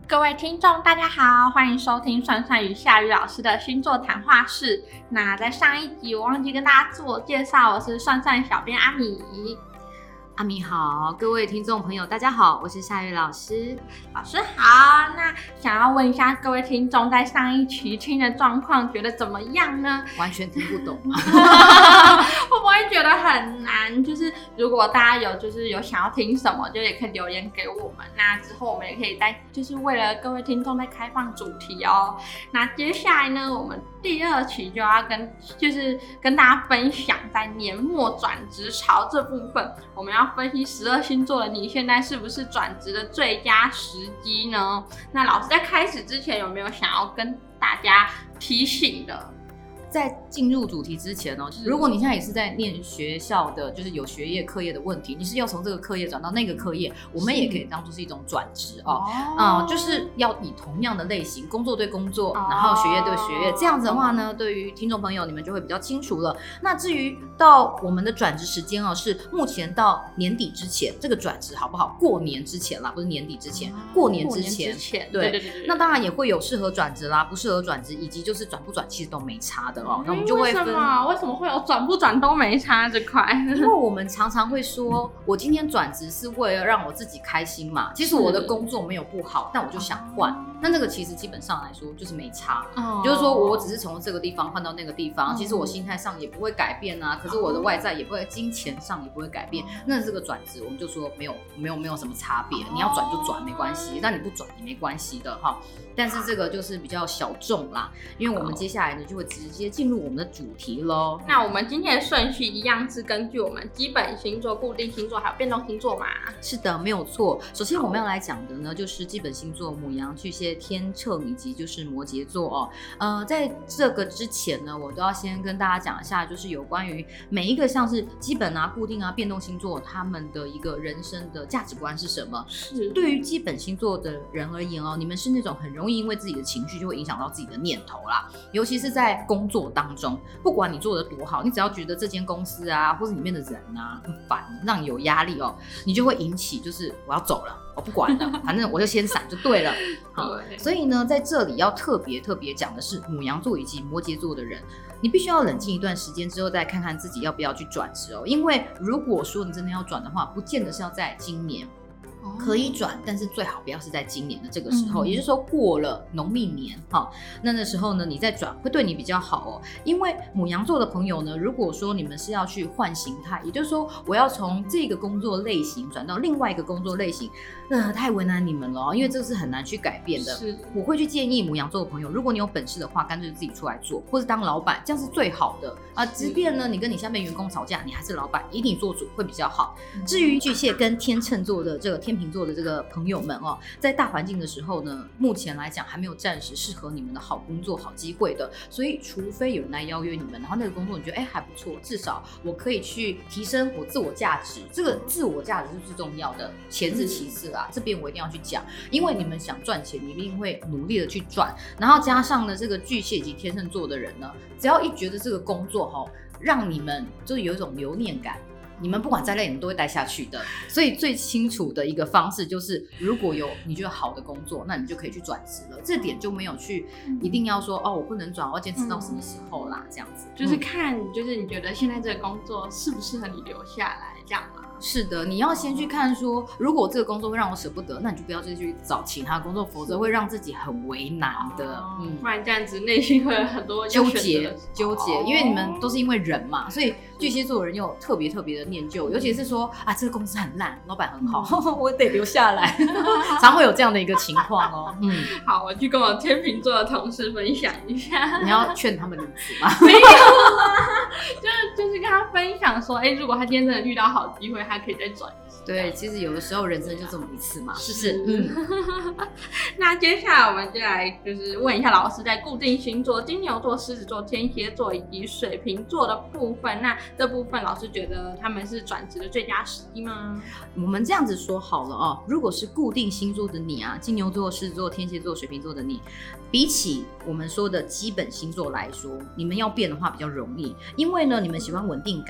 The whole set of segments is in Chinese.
各位听众大家好，欢迎收听算算与夏雨老师的星座谈话室。那在上一集我忘记跟大家自我介绍，我是算算小编阿米。 阿米好，各位听众朋友大家好，我是夏雨老师。 老师好，那想要问一下各位听众，在上一期听的状况觉得怎么样呢？ 完全听不懂会不会觉得很难？就是如果大家有想要听什么，就也可以留言给我们。那之后我们也可以就是为了各位听众再开放主题哦。那接下来呢，我们第2期就要跟大家分享在年末转职潮这部分，我们要分析12星座的你现在是不是转职的最佳时机呢？那老师在开始之前有没有想要跟大家提醒的？ 在进入主题之前如果你现在也是在念学校的，就是有学业课业的问题，你是要从这个课业转到那个课业，我们也可以当作是一种转职就是要以同样的类型，工作对工作，然后学业对学业，这样子的话呢，对于听众朋友你们就会比较清楚了。那至于到我们的转职时间是目前到年底之前，这个转职好不好？过年之前啦，不是年底之前，过年之前，对。那当然也会有适合转职啦，不适合转职，以及就是转不转其实都没差的那我们就会分为什么会有转不转都没差这块？ 因为我们常常会说，我今天转职是为了让我自己开心嘛。其实我的工作没有不好，但我就想换。那这个其实基本上来说就是没差，就是说我只是从这个地方换到那个地方，其实我心态上也不会改变啊。可是我的外在也不会，金钱上也不会改变。那这个转职我们就说没有什么差别，你要转就转没关系，但你不转也没关系的哈。但是这个就是比较小众啦，因为我们接下来呢就会直接进入我们的主题咯。 那我们今天的顺序一样是根据我们基本星座、固定星座还有变动星座嘛？ 是的，没有错。首先我们要来讲的呢，就是基本星座牡羊、巨蟹、天秤以及就是摩羯座在这个之前呢，我都要先跟大家讲一下，就是有关于每一个像是基本啊、固定啊、变动星座他们的一个人生的价值观是什么。 是对于基本星座的人而言你们是那种很容易因为自己的情绪就会影响到自己的念头啦，尤其是在工作当中，不管你做的多好，你只要觉得这间公司啊，或是里面的人啊很烦，让你有压力你就会引起就是我要走了，我不管了，反正我就先闪就对了。所以呢，在这里要特别讲的是牡羊座以及摩羯座的人，你必须要冷静一段时间之后再看看自己要不要去转职因为如果说你真的要转的话，不见得是要在今年。可以转，但是最好不要是在今年的这个时候，也就是说过了农历年那时候呢，你再转会对你比较好因为牡羊座的朋友呢，如果说你们是要去换形态，也就是说我要从这个工作类型转到另外一个工作类型，太为难你们了因为这个是很难去改变的。我会去建议牡羊座的朋友，如果你有本事的话，干脆自己出来做，或是当老板，这样是最好的即便呢你跟你下面员工吵架，你还是老板，以你做主会比较好。至于巨蟹跟天秤座的这个天秤座的这个朋友们在大环境的时候呢，目前来讲还没有暂时适合你们的好工作、好机会的，所以除非有人来邀约你们，然后那个工作你觉得还不错，至少我可以去提升我自我价值，这个自我价值是最重要的，钱是其次这边我一定要去讲，因为你们想赚钱，你一定会努力的去赚，然后加上呢这个巨蟹及天秤座的人呢，只要一觉得这个工作让你们就是有一种留念感，你们不管再累，你们都会待下去的。所以最清楚的一个方式就是，如果有你觉得好的工作，那你就可以去转职了。这点就没有去一定要说我不能转，我要坚持到什么时候啦，这样子。 就是看，就是你觉得现在这个工作适不适合你留下来，这样吗？ 是的，你要先去看说，如果这个工作会让我舍不得，那你就不要再去找其他工作，否则会让自己很为难的。 不然这样子内心会有很多纠结，因为你们都是因为人嘛，所以巨蟹座的人又特别的念旧，尤其是说这个公司很烂，老板很好，我得留下来，常会有这样的一个情况好，我去跟我天秤座的同事分享一下。 你要劝他们离职吗？ 没有啦，就是跟他分享说，如果他今天真的遇到好机会，他可以再转。 对，其实有的时候人生就这么一次嘛，是不是？ 那接下来我们就来就是问一下老师，在固定星座金牛座、狮子座、天蝎座以及水瓶座的部分，那这部分老师觉得他们是转职的最佳时机吗？ 我们这样子说好了如果是固定星座的你金牛座、狮子座、天蝎座、水瓶座的你，比起我们说的基本星座来说，你们要变的话比较容易，因为呢，你们喜欢稳定感。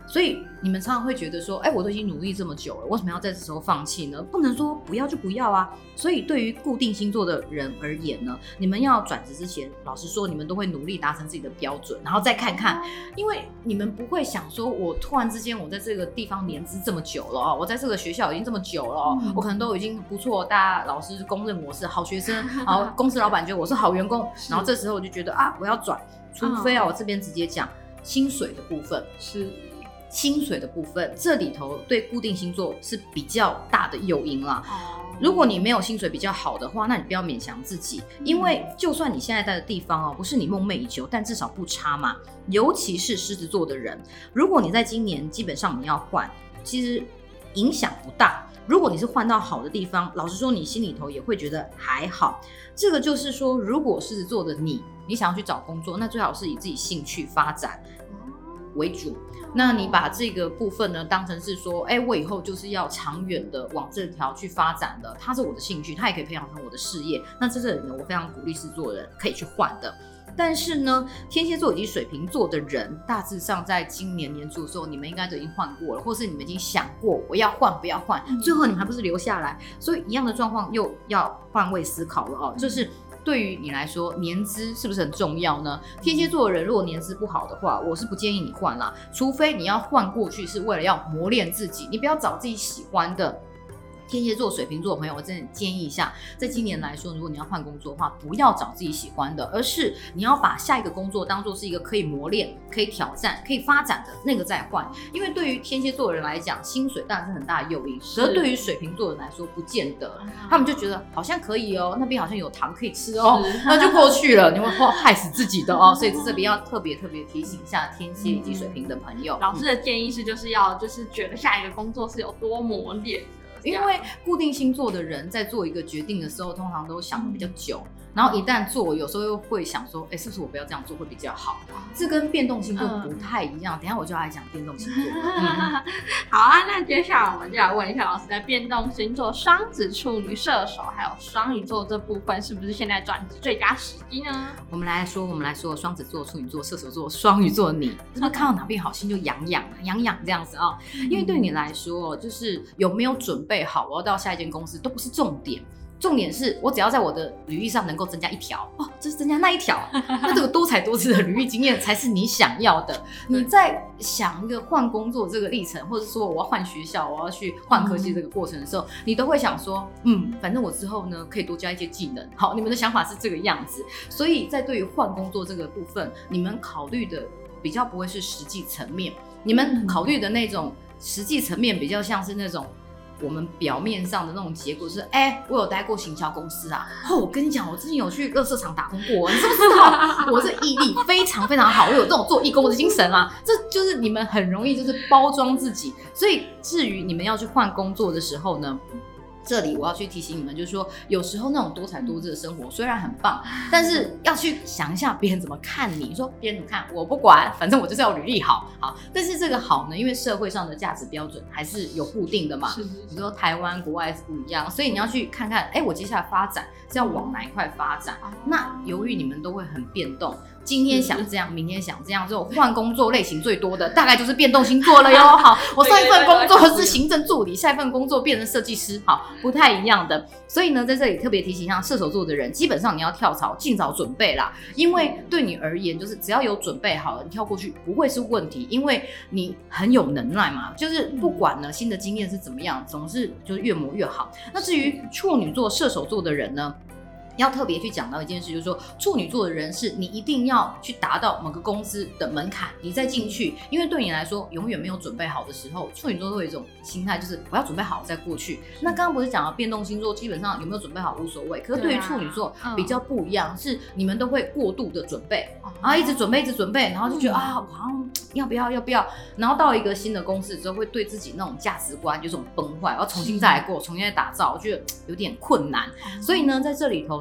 所以你们常常会觉得说，我都已经努力这么久了，为什么要在这时候放弃呢？不能说不要就不要啊。所以对于固定星座的人而言呢，你们要转职之前，老实说，你们都会努力达成自己的标准，然后再看看，因为你们不会想说，我突然之间我在这个地方年资这么久了，我在这个学校已经这么久了，我可能都已经不错，大家老师公认我是好学生，然后公司老板觉得我是好员工，然后这时候我就觉得我要转，除非我这边直接讲薪水的部分是。 薪水的部分，这里头对固定星座是比较大的诱因啦。如果你没有薪水比较好的话，那你不要勉强自己，因为就算你现在在的地方不是你梦寐以求，但至少不差嘛。尤其是狮子座的人，如果你在今年基本上你要换，其实影响不大。如果你是换到好的地方，老实说你心里头也会觉得还好。这个就是说，如果狮子座的你想要去找工作，那最好是以自己兴趣发展为主。那你把这个部分呢当成是说，我以后就是要长远的往这条去发展的，它是我的兴趣，它也可以培养成我的事业。那在这里呢，我非常鼓励狮子座的人可以去换的。但是呢，天蝎座以及水瓶座的人，大致上在今年年初的时候，你们应该都已经换过了，或是你们已经想过我要换不要换，最后你们还不是留下来，所以一样的状况又要换位思考了就是对于你来说，年资是不是很重要呢？天蝎座的人如果年资不好的话，我是不建议你换啦，除非你要换过去是为了要磨练自己，你不要找自己喜欢的。天蝎座、水瓶座的朋友，我真的建议一下，在今年来说，如果你要换工作的话，不要找自己喜欢的，而是你要把下一个工作当作是一个可以磨练、可以挑战、可以发展的那个再换。因为对于天蝎座的人来讲，薪水当然是很大的诱因，可是对于水瓶座的人来说，不见得。他们就觉得好像可以那边好像有糖可以吃那就过去了，你会害死自己的所以这边要特别提醒一下天蝎以及水瓶的朋友。 老师的建议是，要觉得下一个工作是有多磨练。 因为固定星座的人在做一个决定的时候，通常都想得比较久，然后一旦做，有时候又会想说，是不是我不要这样做会比较好？这跟变动星座不太一样。等一下我就来讲变动星座。 好啊，那接下来我们就来问一下老师，在变动星座双子、处女、射手还有双鱼座这部分，是不是现在转职最佳时机呢？我们来说双子座、处女座、射手座、双鱼座，你是不是看到哪边好心就痒痒这样子因为对你来说，就是有没有准备好我要到下一间公司都不是重点。重点是我只要在我的履历上能够增加一条就是增加那一条，那这个多彩多姿的履历经验才是你想要的。你在想一个换工作这个历程，或者说我要换学校，我要去换科技这个过程的时候，你都会想说，反正我之后呢可以多加一些技能。好，你们的想法是这个样子，所以在对于换工作这个部分，你们考虑的比较不会是实际层面，你们考虑的那种实际层面比较像是那种我们表面上的那种结果是，我有待过行销公司我跟你讲，我之前有去垃圾场打工过，你知不知道？我这毅力非常非常好，我有这种做义工的精神这就是你们很容易就是包装自己。所以至于你们要去换工作的时候呢，这里我要去提醒你们，就是说有时候那种多彩多姿的生活虽然很棒，但是要去想一下别人怎么看你。说别人怎么看我不管，反正我就是要履历好。但是这个好呢，因为社会上的价值标准还是有固定的嘛，你说台湾国外是不一样，所以你要去看看我接下来发展是要往哪一块发展。那由于你们都会很变动，今天想这样，明天想这样，之后换工作类型最多的大概就是变动星座了哟。好，我上一份工作是行政助理，下一份工作变成设计师，好，不太一样的。所以呢，在这里特别提醒一下射手座的人，基本上你要跳槽，尽早准备啦，因为对你而言，就是只要有准备好了，你跳过去不会是问题，因为你很有能耐嘛。就是不管呢新的经验是怎么样，总是就是越磨越好。那至于处女座、射手座的人呢？要特别去讲到一件事，就是说处女座的人是你一定要去达到某个公司的门槛，你再进去。因为对你来说永远没有准备好的时候，处女座会有一种心态，就是我要准备好再过去。那刚刚不是讲到变动星座基本上有没有准备好无所谓，可是对于处女座比较不一样，是你们都会过度的准备，然后一直准备，然后就觉得我好像要不要，然后到一个新的公司之后，会对自己那种价值观有种崩坏，要重新再来过，重新再打造，我觉得有点困难。所以呢，在这里头呢，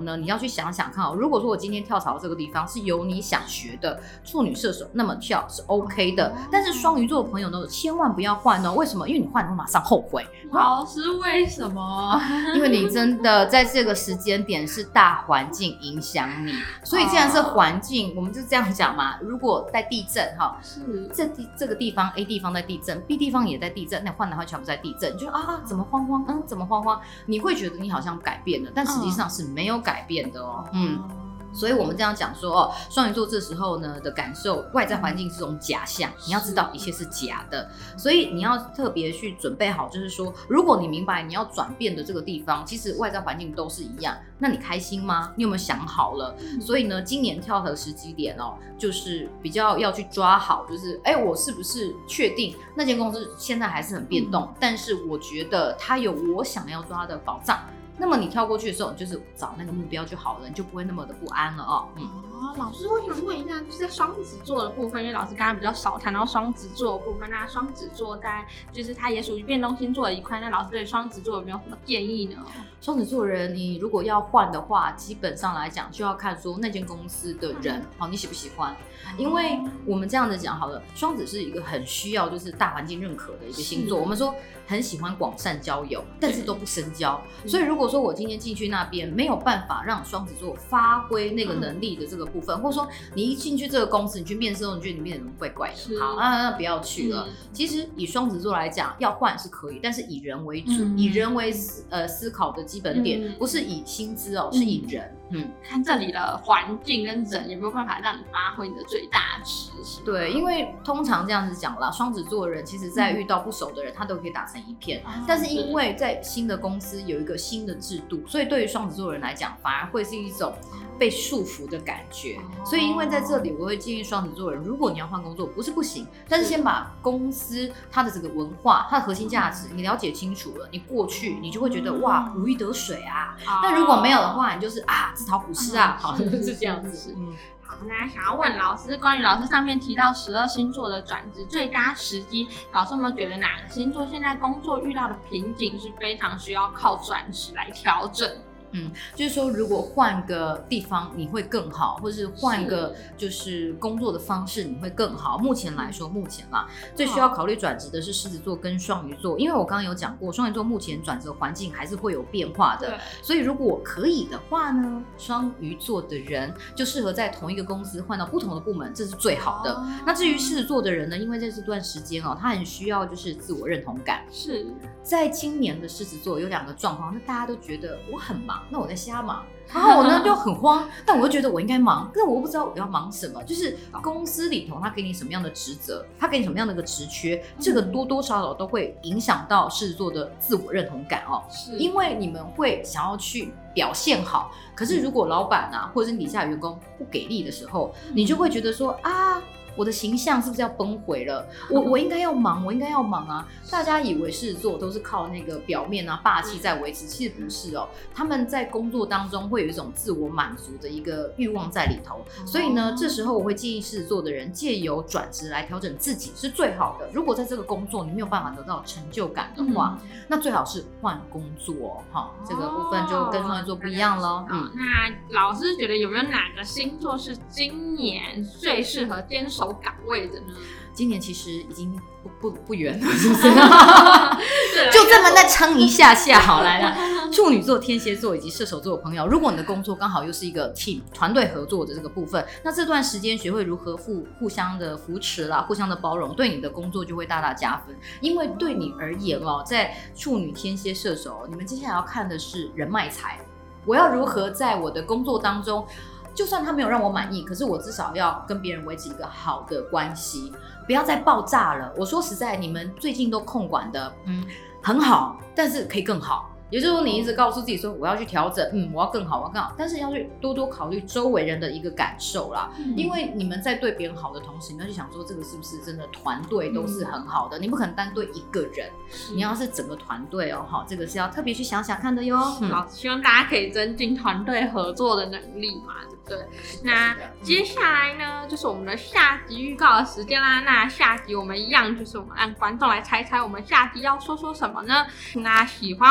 呢，你要去想想看如果说我今天跳槽这个地方是有你想学的处女射手，那么跳是 OK 的。但是双鱼座的朋友呢，千万不要换为什么？因为你换你会马上后悔。 老师为什么？ 因为你真的在这个时间点是大环境影响你，所以既然是环境，我们就这样讲嘛。如果在地震是这个地方 A 地方在地震 ，B 地方也在地震，那换的话全部在地震，你就怎么慌慌，怎么慌慌？你会觉得你好像改变了，但实际上是没有改变的所以我们这样讲说双鱼座这时候呢的感受，外在环境是种假象，你要知道一切是假的，所以你要特别去准备好，就是说，如果你明白你要转变的这个地方，其实外在环境都是一样，那你开心吗？你有没有想好了？所以呢，今年跳的时机点就是比较要去抓好，就是我是不是确定那间公司现在还是很变动，但是我觉得它有我想要抓的宝藏。那么你跳过去的时候，你就是找那个目标就好了，你就不会那么的不安了老师，我想问一下，就是在双子座的部分，因为老师刚刚比较少谈到双子座的部分，那双子座在就是它也属于变动星座的一块，那老师对双子座有没有什么建议呢？ 双子座人，你如果要换的话，基本上来讲就要看说那间公司的人你喜不喜欢。因为我们这样子讲好了，双子是一个很需要就是大环境认可的一个星座，我们说很喜欢广泛交友，但是都不深交。所以如果说我今天进去那边没有办法让双子座发挥那个能力的这个部分，或者说你一进去这个公司，你去面试后你觉得里面的人怪怪的，好，那不要去了。其实以双子座来讲，要换是可以，但是以人为主，以人为思考的基本点，不是以薪资是以人。 看这里的环境跟人有没有办法让你发挥你的最大值。 对，因为通常这样子讲啦，双子座的人其实在遇到不熟的人，他都可以打成一片。但是因为在新的公司有一个新的制度，所以对于双子座的人来讲，反而会是一种被束缚的感觉。所以因为在这里，我会建议双子座的人，如果你要换工作，不是不行，但是先把公司它的这个文化、它的核心价值你了解清楚了，你过去你就会觉得哇，如鱼得水啊。但如果没有的话，你就是自讨苦吃啊，好，是这样子。 好，那想要问老师，关于老师上面提到12星座的转职最佳时机，老师有没有觉得哪个星座现在工作遇到的瓶颈是非常需要靠转职来调整？ 就是说如果换个地方你会更好，或是换个就是工作的方式你会更好。目前来说，最需要考虑转职的是狮子座跟双鱼座，因为我刚刚有讲过，双鱼座目前转职环境还是会有变化的，所以如果可以的话呢，双鱼座的人就适合在同一个公司换到不同的部门，这是最好的。那至于狮子座的人呢，因为在这段时间他很需要就是自我认同感。是在今年的狮子座有2个状况，那大家都觉得我很忙，那我在瞎忙，然后我呢就很慌，但我又觉得我应该忙，但我又不知道我要忙什么。就是公司里头他给你什么样的职责，他给你什么样的一个职缺，这个多多少少都会影响到狮子座的自我认同感因为你们会想要去表现好，可是如果老板或者是底下员工不给力的时候，你就会觉得说我的形象是不是要崩毁了？我应该要忙，啊！大家以为狮子座都是靠那个表面霸气在维持，其实不是他们在工作当中会有一种自我满足的一个欲望在里头，所以呢，这时候我会建议狮子座的人借由转职来调整自己是最好的。如果在这个工作你没有办法得到成就感的话，那最好是换工作这个部分就跟双鱼座不一样了。 那老师觉得有没有哪个星座是今年最适合坚守岗位的呢？ 今年其实已经不远了，是不是？就这么再撑一下下好来了。处女座、天蝎座以及射手座的朋友，如果你的工作刚好又是一个 team 团队合作的这个部分，那这段时间学会如何互相的扶持啦，互相的包容，对你的工作就会大大加分。因为对你而言在处女、天蝎、射手，你们接下来要看的是人脉财。我要如何在我的工作当中，就算他没有让我满意，可是我至少要跟别人维持一个好的关系，不要再爆炸了。我说实在，你们最近都控管的很好，但是可以更好。也就是说，你一直告诉自己说我要去调整，我要更好，我要更好，但是要去多多考虑周围人的一个感受啦。因为你们在对别人好的同时，你要去想说这个是不是真的团队都是很好的，你不可能单对一个人，你要是整个团队这个是要特别去想想看的哟。 好，希望大家可以增进团队合作的能力嘛，对不对？那接下来呢，就是我们的下集预告的时间啦。那下集我们一样，就是我们让观众来猜猜我们下集要说什么呢？那喜欢我们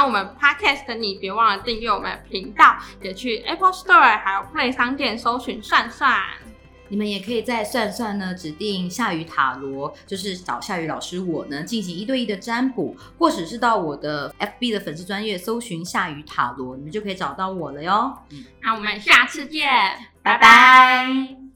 Podcast 的你，别忘了订阅我们的频道，也去 Apple Store 还有 Play 商店搜寻算算。 你们也可以在算算呢指定夏雨塔罗，就是找夏雨老师我呢进行1对1的占卜，或者是到我的 FB 的粉丝专页搜寻夏雨塔罗，你们就可以找到我了哟。 那我们下次见， 拜拜。